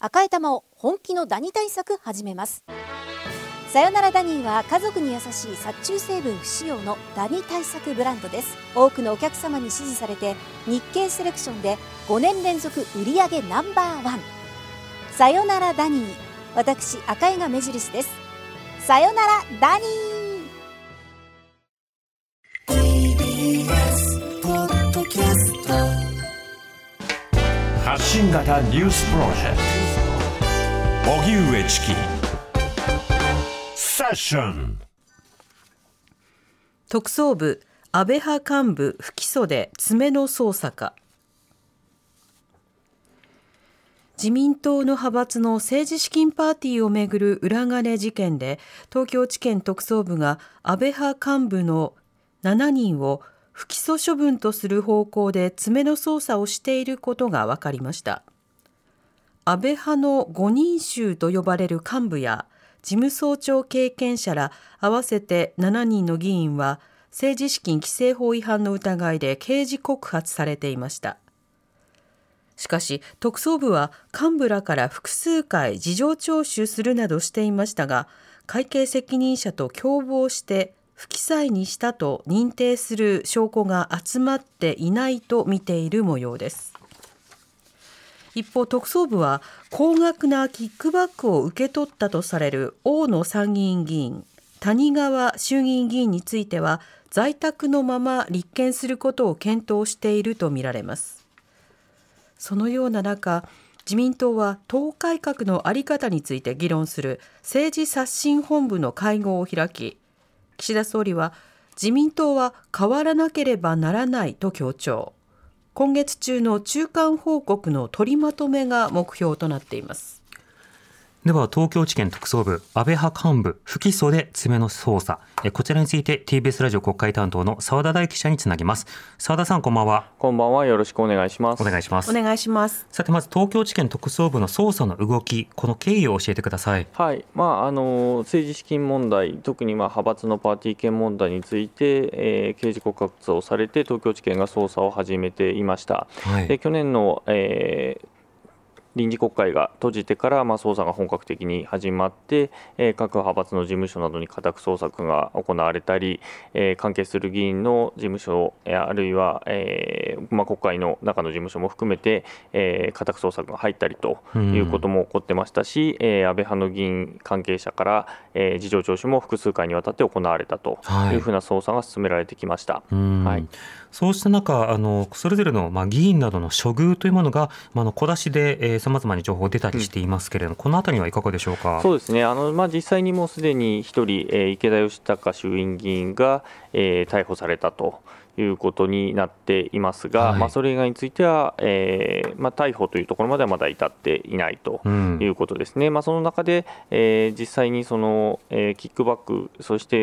赤い玉を本気のダニ対策始めます。さよならダニーは家族に優しい殺虫成分不使用のダニ対策ブランドです。多くのお客様に支持されて日経セレクションで5年連続売上No.1。さよならダニー、私赤井が目印です。さよならダニー。 TBS ポッドキャスト、 発信型ニュースプロジェクト荻上チキセッション。 特捜部安倍派幹部不起訴で詰めの捜査か。自民党の派閥の政治資金パーティーをめぐる裏金事件で、東京地検特捜部が安倍派幹部の7人を不起訴処分とする方向で詰めの捜査をしていることが分かりました。安倍派の5人衆と呼ばれる幹部や事務総長経験者ら合わせて7人の議員は政治資金規正法違反の疑いで刑事告発されていました。しかし特捜部は幹部らから複数回事情聴取するなどしていましたが、会計責任者と共謀して不記載にしたと認定する証拠が集まっていないと見ている模様です。一方、特捜部は高額なキックバックを受け取ったとされる大野参議院議員、谷川衆議院議員については在宅のまま立件することを検討しているとみられます。そのような中、自民党は党改革の在り方について議論する政治刷新本部の会合を開き、岸田総理は自民党は変わらなければならないと強調。今月中の中間報告の取りまとめが目標となっています。 では東京地検特捜部安倍派幹部不起訴で詰めの捜査、こちらについて TBS ラジオ国会担当の澤田大記者につなぎます。澤田さん、こんばんは。 こんばんは、よろしくお願いします。 お願いします。 お願いします。 さて、まず東京地検特捜部の捜査の動き、この経緯を教えてください。 はい、政治資金問題、特に派閥のパーティー券問題について、刑事告発をされて東京地検が捜査を始めていました。 はい、 で去年の、臨時国会が閉じてから捜査が本格的に始まって、各派閥の事務所などに家宅捜索が行われたり、関係する議員の事務所、あるいは、国会の中の事務所も含めて、家宅捜索が入ったりということも起こってましたし、安倍派の議員関係者から、事情聴取も複数回にわたって行われたというふうな捜査が進められてきました。はい、 そうした中、それぞれの、議員などの処遇というものが、小出しで、様々に情報出たりしていますけれども、このあたりはいかがでしょうか。 そうですね、実際にもうすでに1人、池田義孝衆院議員が、逮捕されたということになっていますが、 はい、 それ以外については、逮捕というところまではまだ至っていないということですね。その中で、実際にその、キックバック、そして、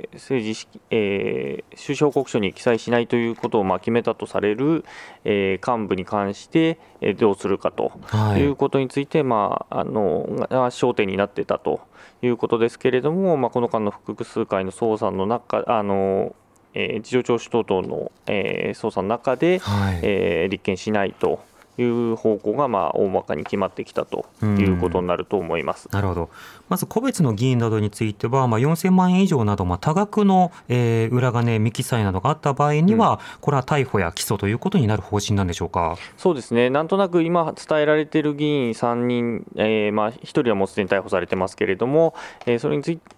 政治収支報告書に記載しないということを決めたとされる、幹部に関して、どうするかということについて、焦点になっていたということですけれども、この間の複数回の捜査の中、事情聴取等々の、捜査の中で、立件しないという方向が大まかに決まってきたということになると思います。 なるほど。まず個別の議員などについては、4000万円以上など、多額の、裏金未記載などがあった場合には、これは逮捕や起訴ということになる方針なんでしょうか。 そうですね、なんとなく今伝えられている議員3人、1人はもうすでに逮捕されてますけれども、その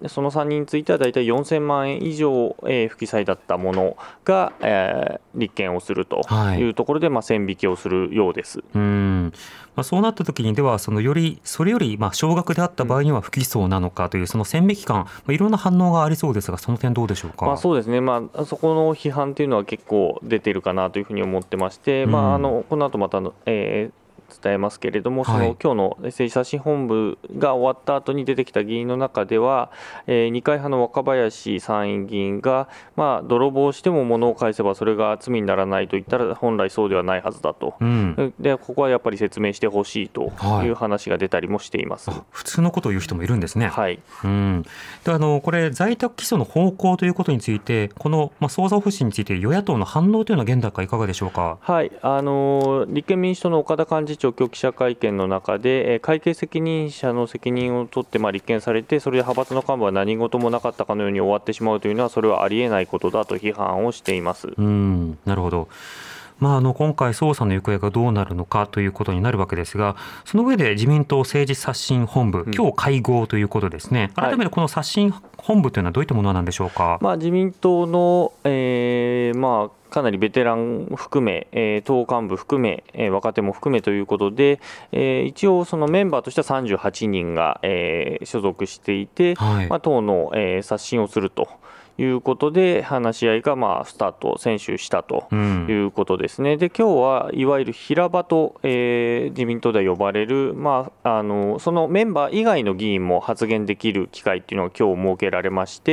3人についてはだいたい4000万円以上、不記載だったものが、立件をするというところで、線引きをするようです。 そうなったときに、ではそれより少額であった場合には不起訴なのかという、その線引き感、いろんな反応がありそうですが、その点どうでしょうか。 そうですね、そこの批判というのは結構出ているかなというふうに思ってまして、この後また伝えますけれども、今日の政治刷新本部が終わった後に出てきた議員の中では、二階派の若林参院議員が、泥棒しても物を返せばそれが罪にならないと言ったら本来そうではないはずだと、でここはやっぱり説明してほしいという話が出たりもしています。 普通のことを言う人もいるんですね。 はい。 でこれ在宅起訴の方向ということについて、この、捜査方針について与野党の反応というのは現段階いかがでしょうか。 はい、立憲民主党の岡田幹事長長、今日記者会見の中で、会計責任者の責任を取って立件されて、それで派閥の幹部は何事もなかったかのように終わってしまうというのは、それはありえないことだと批判をしています。 なるほど。今回捜査の行方がどうなるのかということになるわけですが、その上で自民党政治刷新本部、今日会合ということですね。改めてこの刷新本部というのはどういったものなんでしょうか。 自民党の、かなりベテラン含め、党幹部含め、若手も含めということで、一応そのメンバーとしては38人が、所属していて、党の、刷新をするということで話し合いがスタート先週したということですね。で今日はいわゆる平場と、自民党では呼ばれる、そのメンバー以外の議員も発言できる機会というのが今日設けられまして、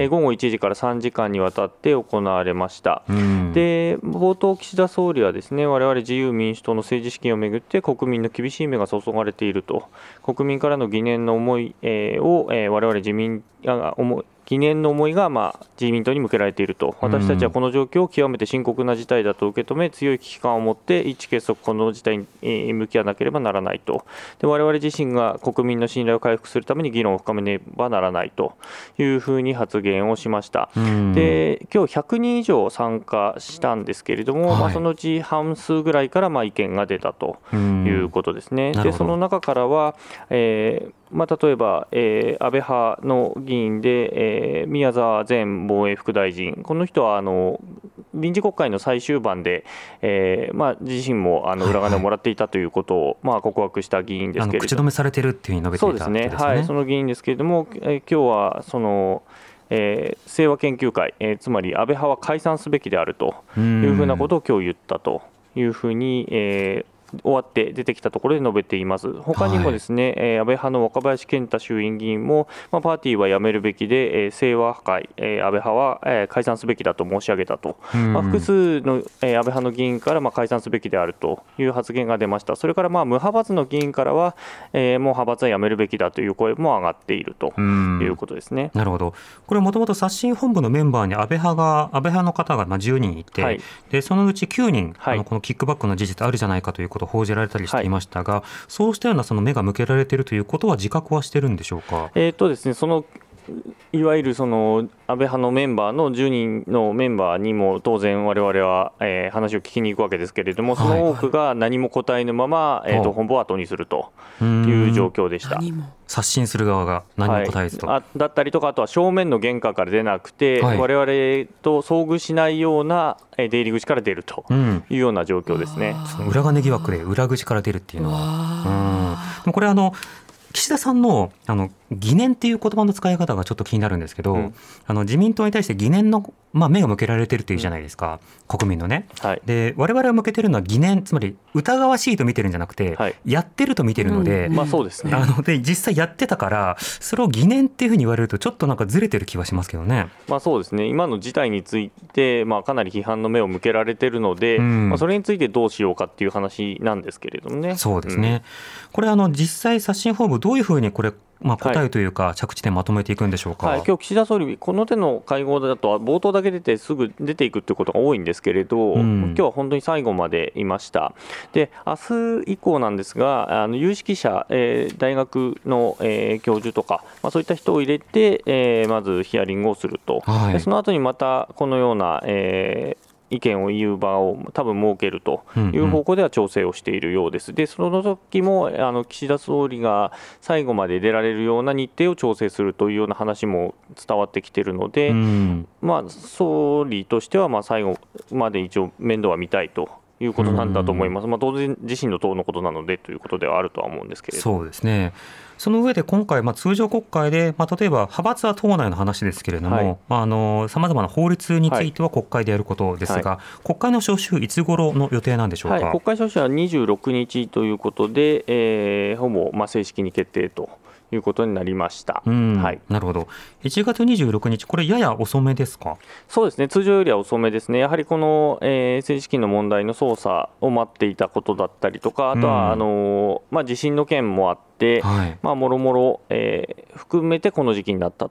午後1時から3時間にわたって行われました。で冒頭岸田総理はですね、我々自由民主党の政治資金をめぐって国民の厳しい目が注がれていると、国民からの疑念の思い、を、我々自民疑念の思いが自民党に向けられていると、私たちはこの状況を極めて深刻な事態だと受け止め、強い危機感を持って一致結束、この事態に向き合わなければならないと。で我々自身が国民の信頼を回復するために議論を深めねばならないというふうに発言をしました。で今日100人以上参加したんですけれども、そのうち半数ぐらいから意見が出たということですね。でその中からは、例えば、安倍派の議員で、宮沢前防衛副大臣、この人は臨時国会の最終盤で、自身も裏金をもらっていたということを、告白した議員ですけれども、 口止めされてるっていうふうに述べていたわけですね。 そうですね、その議員ですけれども、今日はその清和研究会、つまり安倍派は解散すべきであるというふうなことを今日言ったというふうに、終わって出てきたところで述べています。他にもですね、安倍派の若林健太衆院議員も、パーティーはやめるべきで、清和会、安倍派は、解散すべきだと申し上げたと、複数の、安倍派の議員から、解散すべきであるという発言が出ました。それから無派閥の議員からは、もう派閥はやめるべきだという声も上がっているということですね。 なるほど。これもともと刷新本部のメンバーに安倍派の方が10人いて、でそのうち9人、このキックバックの事実あるじゃないかということを報じられたりしていましたが、そうしたようなその目が向けられているということは自覚はしてるんでしょうか。 ですね、そのいわゆるその安倍派のメンバーの10人のメンバーにも当然我々は、話を聞きに行くわけですけれども、その多くが何も答えぬまま、本部を後にするという状況でした。 刷新する側が何も答えずと、 だったりとか、あとは正面の玄関から出なくて、我々と遭遇しないような出入り口から出るというような状況ですね。 その裏金疑惑で裏口から出るっていうのは、でもこれ岸田さんの疑念っていう言葉の使い方がちょっと気になるんですけど、自民党に対して疑念の、目が向けられてるというじゃないですか、国民のね。で我々は向けてるのは疑念、つまり疑わしいと見てるんじゃなくて、やってると見てるので、 そうですね。 で実際やってたから、それを疑念っていうふうに言われるとちょっとなんかずれてる気はしますけどね。 そうですね、今の事態について、かなり批判の目を向けられてるので、それについてどうしようかっていう話なんですけれどもね。 そうですね、これ実際刷新本部どういうふうにこれ答えというか着地点まとめていくんでしょうか。 今日岸田総理、この手の会合だと冒頭だけ出てすぐ出ていくということが多いんですけれど、今日は本当に最後までいました。で明日以降なんですが、有識者、大学の、教授とか、そういった人を入れて、まずヒアリングをすると、でその後にまたこのような、意見を言う場を多分設けるという方向では調整をしているようです。でその時も岸田総理が最後まで出られるような日程を調整するというような話も伝わってきているので、総理としては最後まで一応面倒は見たいということなんだと思います。当然自身の党のことなのでということではあるとは思うんですけれど。 そうですね。その上で今回、通常国会で、例えば派閥は党内の話ですけれども、さまざまな法律については国会でやることですが、国会の召集いつ頃の予定なんでしょうか。 国会召集は26日ということで、ほぼ正式に決定ということになりました。 なるほど。1月26日、これやや遅めですか。 そうですね、通常よりは遅めですね。やはりこの、政治資金の問題の捜査を待っていたことだったりとか、あとは地震の件もあって、もろもろ含めてこの時期になったと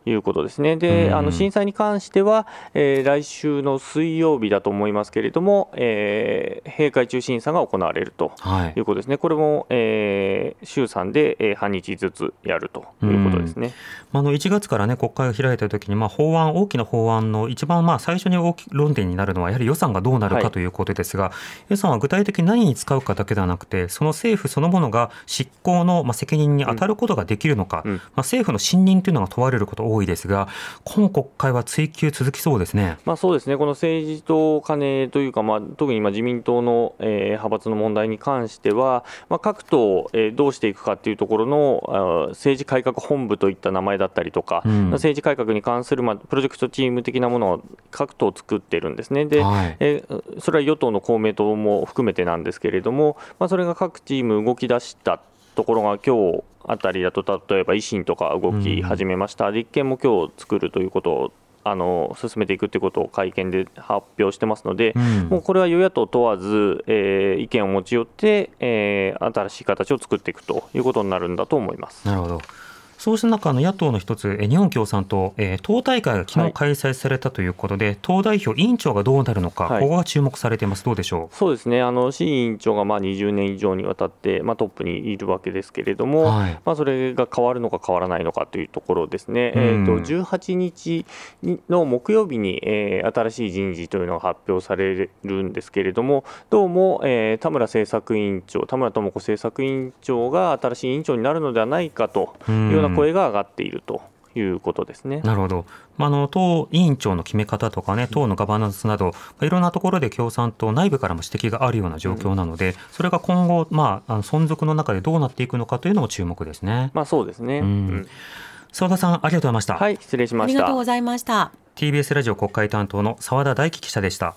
いうことですね。で、震災に関しては、来週の水曜日だと思いますけれども、閉会中審査が行われるということですね。これも、衆参で、半日ずつやるということですね。 1月から、ね、国会を開いたときに、大きな法案の一番最初に論点になるのはやはり予算がどうなるかということですが、予算は具体的に何に使うかだけではなくて、その政府そのものが執行の責任に当たることができるのか、政府の信任というのが問われること多いですが、今国会は追及続きそうですね。 そうですね。この政治と金というか、特に自民党の、派閥の問題に関しては、各党、どうしていくかというところの政治改革本部といった名前だったりとか、政治改革に関する、プロジェクトチーム的なものを各党作っているんですね。で、それは与党の公明党も含めてなんですけれども、それが各チーム動き出したところが今日あたりだと、例えば維新とか動き始めました、立憲も今日作るということを進めていくということを会見で発表してますので、もうこれは与野党問わず、意見を持ち寄って、新しい形を作っていくということになるんだと思います。 なるほど。そうした中、野党の一つ、日本共産党、党大会が昨日開催されたということで、党代表委員長がどうなるのか、ここが注目されています。どうでしょう。 そうですね。志位委員長が20年以上にわたって、トップにいるわけですけれども、それが変わるのか変わらないのかというところですね。18日の木曜日に、新しい人事というのが発表されるんですけれども、どうも、田村智子政策委員長が新しい委員長になるのではないかというような声が上がっているということですね。 なるほど。党委員長の決め方とかね、党のガバナンスなど、いろんなところで共産党内部からも指摘があるような状況なので、それが今後、存続の中でどうなっていくのかというのも注目ですね。 そうですね。 澤田さん、ありがとうございました。 はい、失礼しました。 ありがとうございました。 TBS ラジオ国会担当の澤田大樹記者でした。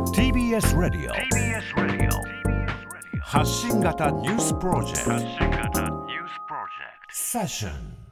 TBS ラジオ発信型ニュースプロジェクトセッション